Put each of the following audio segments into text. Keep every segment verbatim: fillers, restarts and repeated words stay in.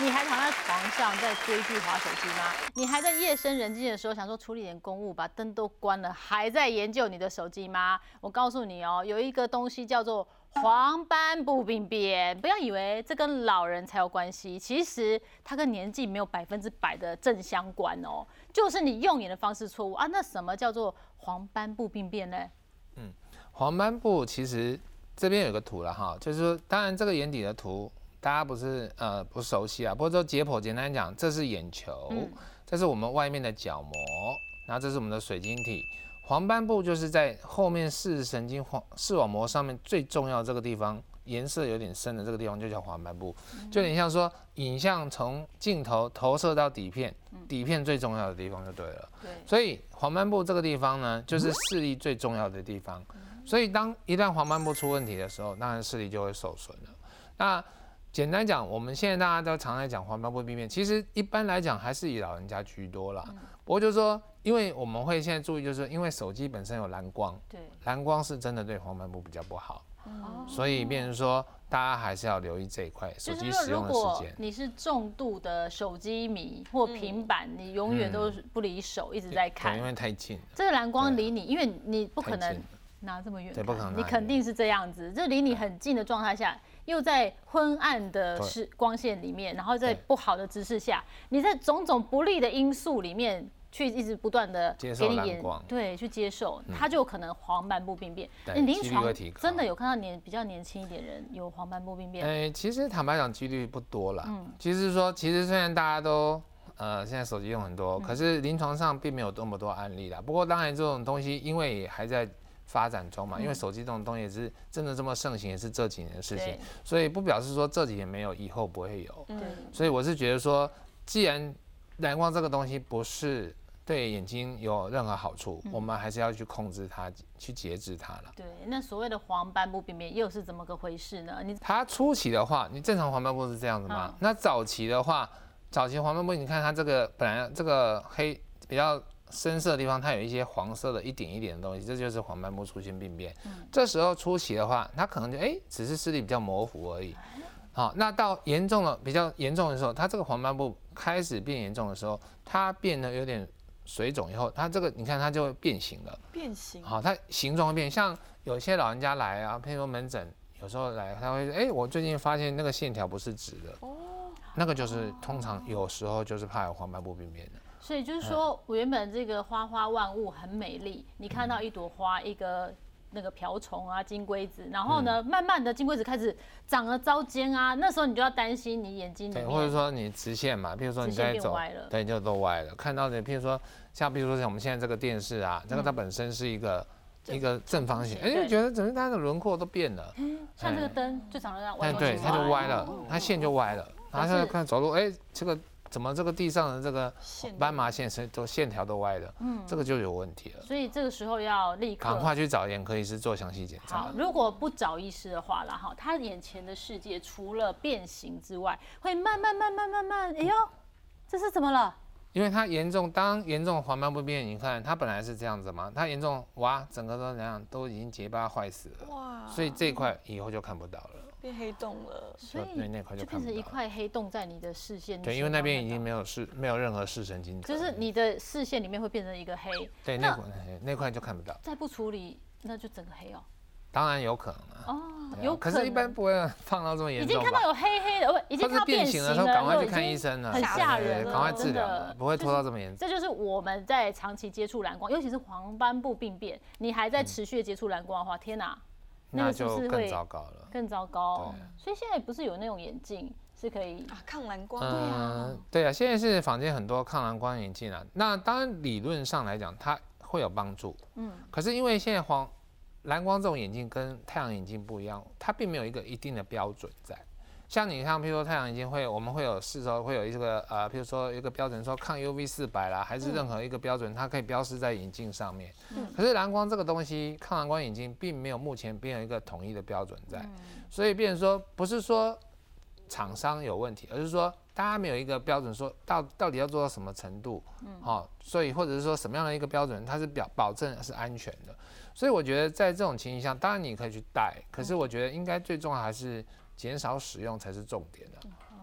你还躺在床上在追剧滑手机吗？你还在夜深人静的时候想说处理点公务，把灯都关了，还在研究你的手机吗？我告诉你哦，有一个东西叫做黄斑部病变，不要以为这跟老人才有关系，其实它跟年纪没有百分之百的正相关哦，就是你用眼的方式错误啊。那什么叫做黄斑部病变呢？ 嗯，黄斑部其实这边有个图了哈，就是说，当然这个眼底的图。大家不是呃不熟悉啊，不过这解剖简单讲，这是眼球，嗯、这是我们外面的角膜，然后这是我们的水晶体。黄斑部就是在后面视神经黄视网膜上面最重要的这个地方，颜色有点深的这个地方就叫黄斑部，嗯、就有点像说影像从镜头投射到底片，嗯、底片最重要的地方就对了。对，所以黄斑部这个地方呢，就是视力最重要的地方。嗯、所以当一旦黄斑部出问题的时候，当然视力就会受损了。那简单讲，我们现在大家都常在讲黄斑部病变，其实一般来讲还是以老人家居多啦。嗯、不过就是说，因为我们会现在注意，就是因为手机本身有蓝光，对，蓝光是真的对黄斑部比较不好，嗯、所以变成说大家还是要留意这一块手机使用的时间。 你是重度的手机迷或平板，嗯、你永远都不离手，嗯、一直在看， 因为太近， 这个蓝光离你，因为你不可能拿这么远， 对，不可能， 你肯定是这样子，这离你很近的状态下。又在昏暗的光线里面，然后在不好的姿势下，你在种种不利的因素里面，去一直不断的给你眼对去接受，嗯、它就有可能黄斑部病变。你临床真的有看到年比较年轻一点人有黄斑部病变？ 哎，其实坦白讲，几率不多啦。嗯，其实说，其实虽然大家都呃现在手机用很多，嗯、可是临床上并没有那么多案例啦。不过当然这种东西，因为还在发展中嘛，因为手机这种东西也是真的这么盛行，也是这几年的事情，所以不表示说这几年没有，以后不会有。嗯，所以我是觉得说，既然蓝光这个东西不是对眼睛有任何好处，嗯、我们还是要去控制它，去节制它了。 对，那所谓的黄斑部病变又是怎么个回事呢？你它初期的话，你正常黄斑部是这样子吗？嗯、那早期的话，早期黄斑部，你看它这个本来这个黑比较深色的地方，它有一些黄色的一点一点的东西，这就是黄斑部出现病变。嗯、这时候初期的话，它可能就哎、欸，只是视力比较模糊而已。好，那到严重了，比较严重的时候，它这个黄斑部开始变严重的时候，它变得有点水肿以后，它这个你看它就会变形了。 变形。 好，它形状会变，像有些老人家来啊，譬如说门诊，有时候来他会说，哎、欸，我最近发现那个线条不是直的。哦。那个就是通常有时候就是怕有黄斑部病变的。 所以就是说，我原本这个花花万物很美丽，你看到一朵花，一个那个瓢虫啊、金龟子，然后呢，嗯、慢慢的金龟子开始长了糟尖啊，那时候你就要担心你眼睛里面， 对，或者说你直线嘛，譬如说你在走，对，就都歪了。看到的，譬如说像，譬如说像我们现在这个电视啊，这个它本身是一个。嗯、一个正方形，哎、欸，就觉得整个它的轮廓都变了。 嗯，像这个灯就长得这样歪， 对，它就歪了，它线就歪了。然后现在看走路，哎、欸，这个怎么这个地上的这个斑马线是都线条都歪了，嗯，这个就有问题了。 所以这个时候要立刻赶快去找眼科医师做详细检查。 好，如果不找医师的话啦，哈，他眼前的世界除了变形之外，会慢慢慢慢慢慢，哎呦，这是怎么了？ 因为它严重，当严重黄斑部病变，你看它本来是这样子嘛，它严重哇，整个都怎样，都已经结疤坏死了，哇，所以这一块以后就看不到了， 变黑洞了， 所以那块就变成一块黑洞在你的视线。 对，因为那边已经没有视，没有任何视神经， 就是你的视线里面会变成一个黑， 对，那块那块就看不到， 再不处理，那就整个黑哦。 当然有可能啊，哦， 有可能， 可是一般不会放到这么严重。 已经看到有黑黑的，已经看到变形了， 的时候赶快去看医生了， 很吓人了， 赶快治疗，不会拖到这么严重。 这就是我们在长期接触蓝光，尤其是黄斑部病变，你还在持续的接触蓝光的话，天哪， 那就更糟糕了， 更糟糕。所以现在不是有那种眼镜是可以啊抗蓝光？ 对啊， 对啊，现在是坊间很多抗蓝光眼镜啊。那当然理论上来讲，它会有帮助，嗯，可是因为现在黄蓝光这种眼镜跟太阳眼镜不一样，它并没有一个一定的标准在。像你像，譬如说太阳眼镜会，我们会有市售会有一个呃，譬如说一个标准说抗 U V 四百啦，还是任何一个标准，它可以标示在眼镜上面。嗯、可是蓝光这个东西，抗蓝光眼镜并没有目前并有一个统一的标准在，嗯、所以变成说不是说厂商有问题，而是说大家没有一个标准说到到底要做到什么程度，嗯，好、哦，所以或者是说什么样的一个标准，它是表保证是安全的。所以我觉得在这种情形下，当然你可以去戴，可是我觉得应该最重要还是减少使用才是重点的。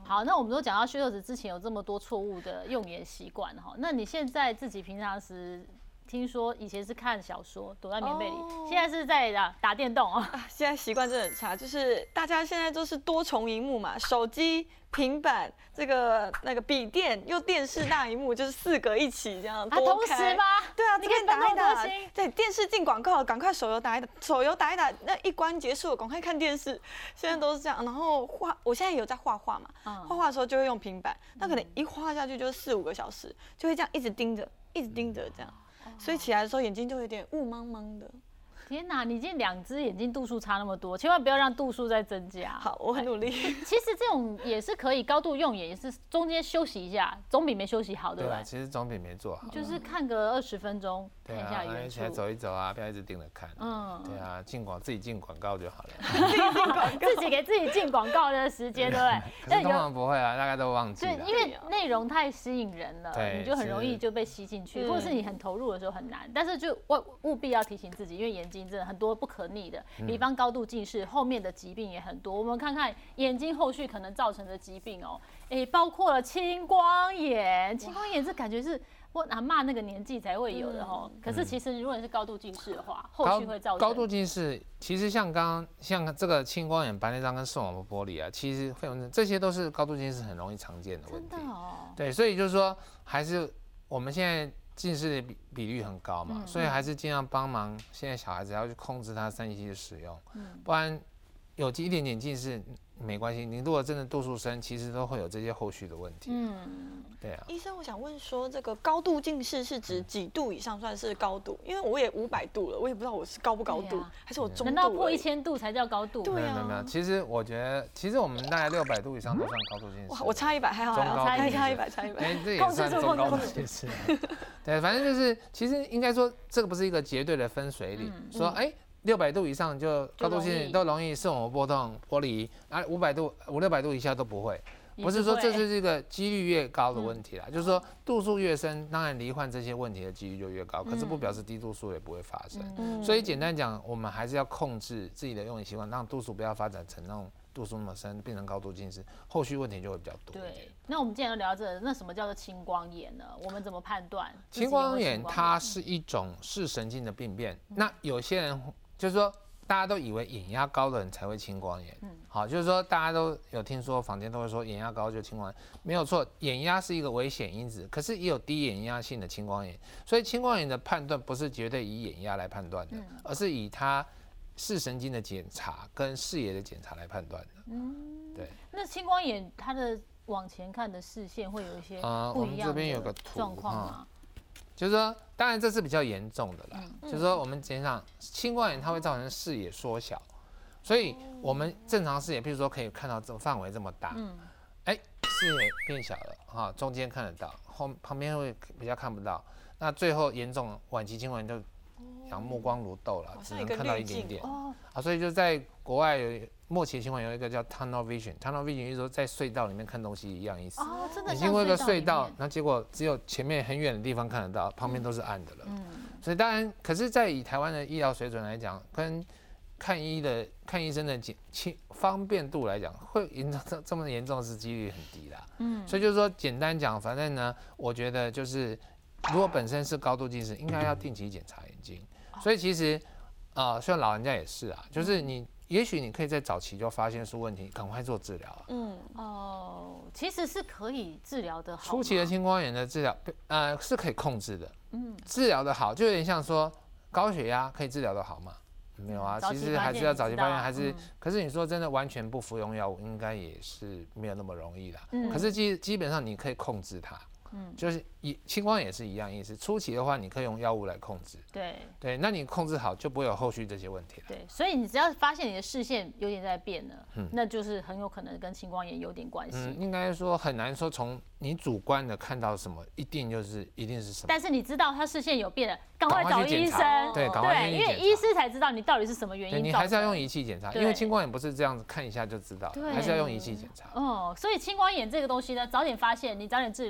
好，那我们都讲到薛豆子之前有这么多错误的用眼习惯哈，那你现在自己平常时？听说以前是看小说，躲在棉被里， oh. 现在是在打打电动啊。 现在习惯真的很差，就是大家现在都是多重荧幕嘛，手机、平板、这个那个笔电又电视大荧幕，就是四个一起这样多开。啊，同时吗？ 对啊， 你可以打一打。 对，电视进广告，赶快手游打一打，手游打一打，那一关结束了，赶快看电视。现在都是这样，然后画，我现在有在画画嘛，画、嗯、画的时候就会用平板，那可能一画下去就是四五个小时，就会这样一直盯着，一直盯着这样。所以起来的时候眼睛就有点雾茫茫的。 天哪，你已经两只眼睛度数差那么多，千万不要让度数再增加。 好，我很努力。 其实这种也是可以高度用眼，也是中间休息一下，总比没休息好，对不对？ 对啊，其实总比没做好。 就是看个二十分钟，看一下远处， 起来走一走啊，不要一直盯着看。嗯，对啊，进广自己进广告就好了。 自己进广告，自己给自己进广告的时间，对不对？ 可是通常不会啊，大概都忘记了。 对，因为内容太吸引人了，你就很容易就被吸进去，或者是你很投入的时候很难。但是就务必要提醒自己，因为眼睛真的很多不可。可逆的，比方高度近视，后面的疾病也很多。我们看看眼睛后续可能造成的疾病哦，哎，包括了青光眼。青光眼这感觉是我阿嬷那个年纪才会有的哦。可是其实如果你是高度近视的话，后续会造成高度近视。其实像刚刚像这个青光眼、白内障跟视网膜剥离啊，其实这些都是高度近视很容易常见的问题。 真的哦。对， 所以就是说，还是我们现在。近视的比比率很高嘛，嗯、所以还是尽量帮忙。现在小孩子要去控制他三 C 的使用，嗯、不然有一点点近视没关系。你如果真的度数深，其实都会有这些后续的问题。嗯，对啊。 医生，我想问说，这个高度近视是指几度以上算是高度？因为我也五百度了，我也不知道我是高不高度，啊、还是我中度？ 难道破一千度才叫高度？ 对啊， 没有没有。其实我觉得，其实我们大概六百度以上都算高度近视。 哇，我差一百还好，还好，差一差一百，差一百。 哎，这也算中高度近视。对，反正就是，其实应该说，这个不是一个绝对的分水岭，嗯、说哎。六百度以上就高度近视都容易视网膜波动剥离，啊，五百度五六百度以下都不会。不是说这就是一个几率越高的问题啦，嗯、就是说度数越深，当然罹患这些问题的几率就越高，可是不表示低度数也不会发生。嗯、所以简单讲，我们还是要控制自己的用眼习惯，让度数不要发展成那种度数那么深，变成高度近视，后续问题就会比较多。 对，那我们既然聊这，那什么叫做青光眼呢？我们怎么判断？ 青光眼它是一种视神经的病变，嗯、那有些人就是说。大家都以为眼压高的人才会青光眼，嗯，好，就是说大家都有听说，坊间都会说眼压高就青光眼，没有错，眼压是一个危险因子，可是也有低眼压性的青光眼，所以青光眼的判断不是绝对以眼压来判断的，嗯、而是以它视神经的检查跟视野的检查来判断的，嗯，对。 那青光眼它的往前看的视线会有一些不一样的状况吗？ 就是说，当然这是比较严重的啦。嗯、就是说，我们简讲青光眼它会造成视野缩小，所以我们正常视野，譬如说可以看到这个范围这么大，嗯，哎、欸，视野变小了哈，中间看得到，后旁边会比较看不到。那最后严重晚期青光眼就像目光如豆了，只能看到一点点。哦、啊，所以就在国外有末期的情况有一个叫 tunnel vision，tunnel vision 就是说在隧道里面看东西一样意思。哦，真的。你经过一个隧道，那结果只有前面很远的地方看得到，旁边都是暗的了。嗯。所以当然，可是，在以台湾的医疗水准来讲，跟看医的看医生的轻方便度来讲，会严重这这么严重是几率很低啦。嗯。所以就是说，简单讲，反正呢，我觉得就是，如果本身是高度近视，应该要定期检查眼睛。所以其实，呃，像老人家也是啊，就是你。也许你可以在早期就发现出问题，赶快做治疗啊。嗯哦，其实是可以治疗的好。 初期的青光眼的治疗，呃，是可以控制的。嗯，治疗的好，就有点像说高血压可以治疗的好吗？没有啊，其实还是要早期发现，还是。嗯、可是你说真的完全不服用药物，应该也是没有那么容易啦。嗯、可是基基本上你可以控制它。嗯，就是以青光眼是一样意思。初期的话，你可以用药物来控制。 对对，那你控制好，就不会有后续这些问题了。 对，所以你只要发现你的视线有点在变了，嗯、那就是很有可能跟青光眼有点关系。 嗯，应该说很难说从你主观的看到什么，一定就是一定是什么。 但是你知道他视线有变了，赶快找医生。 对，赶快对，因为医师才知道你到底是什么原因。 你还是要用仪器检查，因为青光眼不是这样子看一下就知道，还是要用仪器检查。 哦，所以青光眼这个东西呢，早点发现，你早点治疗，它是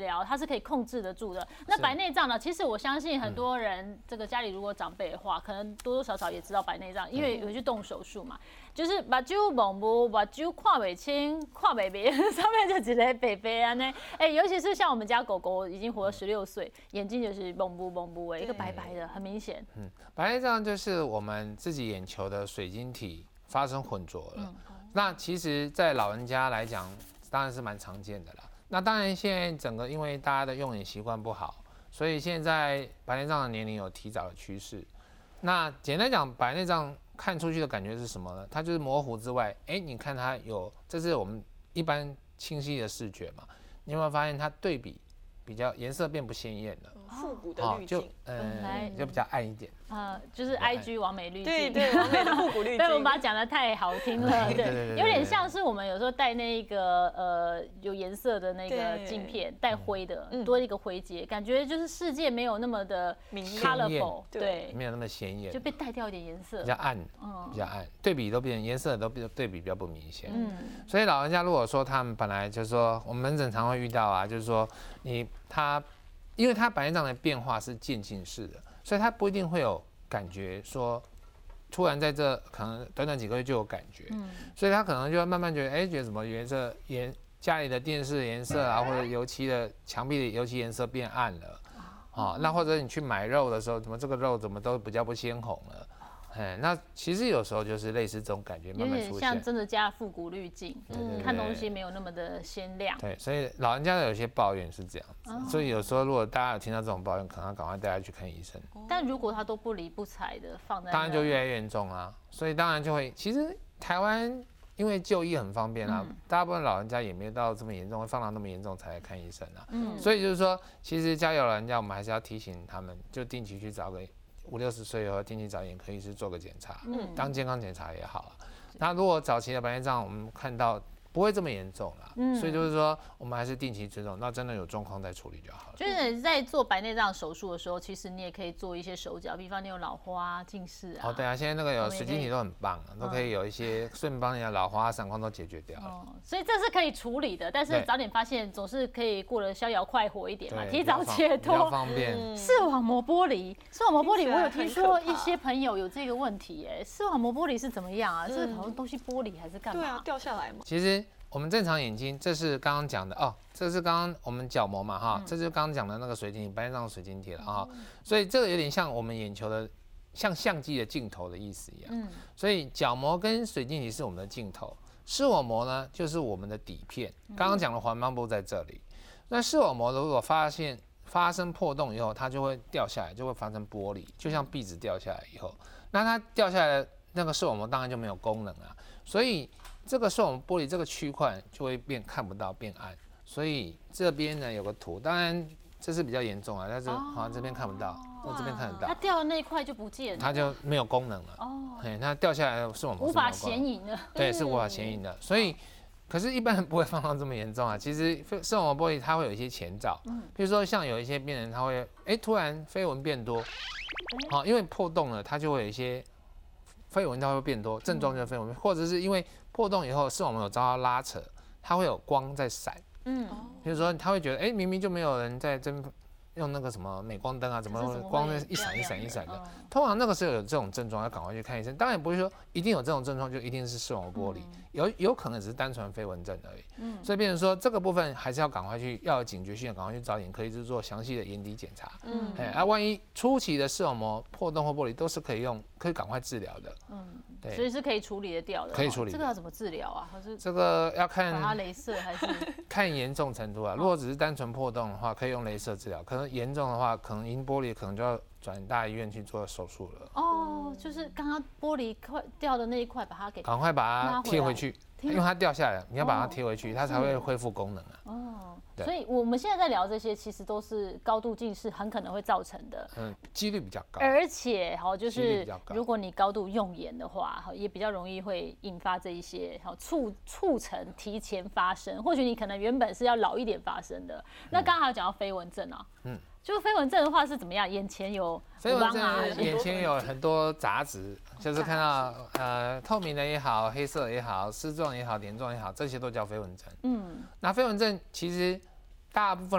可以控制得住的。那白内障呢？其实我相信很多人这个家里如果长辈的话，可能多多少少也知道白内障，因为有去动手术嘛。就是目睭蒙目，目睭看不清，看不明，上面就一个白白安呢。哎，尤其是像我们家狗狗已经活了十六岁，眼睛就是蒙目蒙目哎，一个白白的，很明显。 嗯，白内障就是我们自己眼球的水晶体发生混浊了。嗯、那其实，在老人家来讲，当然是蛮常见的啦。那当然，现在整个因为大家的用眼习惯不好，所以现在白内障的年龄有提早的趋势。那简单讲，白内障看出去的感觉是什么呢？它就是模糊之外，哎、欸，你看它有，这是我们一般清晰的视觉嘛？你有没有发现它对比比较颜色变不鲜艳了？ 复古的滤镜， 就呃就比较暗一点。 呃，就是 I G 完美滤镜， 对对，完美的复古滤镜。 对，我们把它讲得太好听了，对，有点像是我们有时候戴那个呃有颜色的那个镜片，带灰的，多一个灰阶，感觉就是世界没有那么的 colorful， 对， 没有那么鲜艳， 就被带掉一点颜色， 比较暗，比较暗，对比都变颜色都比对比比较不明显。嗯，所以老人家如果说他们本来就是说，我们门诊常会遇到啊，就是说你他。因为它白内障的变化是渐进式的，所以它不一定会有感觉说，突然在这可能短短几个月就有感觉，嗯，所以他可能就会慢慢觉得，哎、欸，觉得什么颜色颜家里的电视的颜色啊，或者油漆的墙壁的油漆颜色变暗了，哦，那或者你去买肉的时候，怎么这个肉怎么都比较不鲜红了。哎，那其实有时候就是类似这种感觉慢慢出现， 有点像真的加复古滤镜，嗯，看东西没有那么的鲜亮。 对，所以老人家的有些抱怨是这样子，哦、所以有时候如果大家有听到这种抱怨，可能要赶快带他去看医生。 但如果他都不理不睬的放在， 当然就越来越严重啦。所以当然就会，其实台湾因为就医很方便啦，嗯、大部分老人家也没有到这么严重，会放到那么严重才来看医生啊。嗯，所以就是说，其实家有老人家，我们还是要提醒他们，就定期去找个。五六十岁以后，定期找眼科医师做个检查，嗯，当健康检查也好。那如果早期的白内障，我们看到不会这么严重啦，嗯，所以就是说，我们还是定期追踪，那真的有状况再处理就好了。 就是你在做白内障手术的时候，其实你也可以做一些手脚，比方你有老花、近视啊。 哦，对啊，现在那个有水晶体都很棒啊，都可以有一些顺便帮你的老花、散光都解决掉了。哦， 所以这是可以处理的，但是早点发现总是可以过得逍遥快活一点嘛，提早解脱， 比较方便。 视网膜剥离，视网膜剥离，我有听说一些朋友有这个问题，哎，视网膜剥离是怎么样啊？是好像东西剥离还是干嘛？ 对啊，掉下来嘛。 其实。我们正常眼睛，这是刚刚讲的哦，这是刚刚我们角膜嘛哈，这就是刚刚讲的那个水晶体，白内障水晶体了哈，所以这个有点像我们眼球的，像相机的镜头的意思一样。嗯，所以角膜跟水晶体是我们的镜头，视网膜呢就是我们的底片。刚刚讲的黄斑部在这里，那视网膜如果发现发生破洞以后，它就会掉下来，就会发生剥离，就像壁纸掉下来以后，那它掉下来的那个视网膜当然就没有功能了，所以。这个视网膜剥离这个区块就会变看不到变暗，所以这边呢有个图，当然这是比较严重啊，但是好像这边看不到，我这边看得到。 它掉的那一块就不见了， 它就没有功能了。哦，哎，那掉下来的视网膜无法显影的， 对，是无法显影的。所以，可是一般人不会放到这么严重啊。其实视网膜剥离它会有一些前兆，比如说像有一些病人他会哎突然飞蚊变多，好，因为破洞了，它就会有一些飞蚊它会变多，症状就是飞蚊，或者是因为破洞以后，视网膜有遭到拉扯，它会有光在闪。嗯，比如说他会觉得，哎、欸，明明就没有人在针用那个什么镁光灯啊，怎么光一闪一闪一闪的？通常那个时候有这种症状，要赶快去看医生。当然不会说一定有这种症状就一定是视网膜剥离，有有可能只是单纯飞蚊症而已。嗯，所以变成说这个部分还是要赶快去，要有警觉性的，赶快去找眼科医师做详细的眼底检查。嗯，哎，啊，万一初期的视网膜破洞或剥离都是可以用，可以赶快治疗的。嗯。对， 所以是可以处理得掉的， 可以处理。 这个要怎么治疗啊？还是这个要看把它雷射还是看严重程度啊？如果只是单纯破洞的话，可以用雷射治疗；可能严重的话，可能因剥离，可能就要转大医院去做手术了。 哦，就是刚刚剥离块掉的那一块，把它给赶快把它贴回去，因为它掉下来，你要把它贴回去，它才会恢复功能啊。哦。 所以我们现在在聊这些，其实都是高度近视很可能会造成的， 嗯，几率比较高。 而且哈，就是如果你高度用眼的话，也比较容易会引发这一些，好促促成提前发生。或许你可能原本是要老一点发生的。那刚刚还有讲到飞蚊症啊，嗯，就是飞蚊症的话是怎么样？眼前有飞蚊症，眼前有很多杂质，就是看到呃透明的也好，黑色也好，丝状也好，点状也好，这些都叫飞蚊症。嗯，那飞蚊症其实大部分人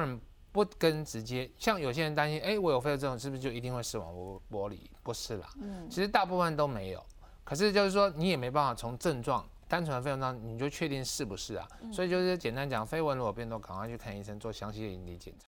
不跟直接，像有些人担心，哎，我有肺症是不是就一定会视网膜剥离？不是啦，嗯，其实大部分都没有。可是就是说，你也没办法从症状单纯的肺症状，你就确定是不是啊？嗯、所以就是简单讲，飞蚊如果变多，赶快去看医生做详细的引体检查。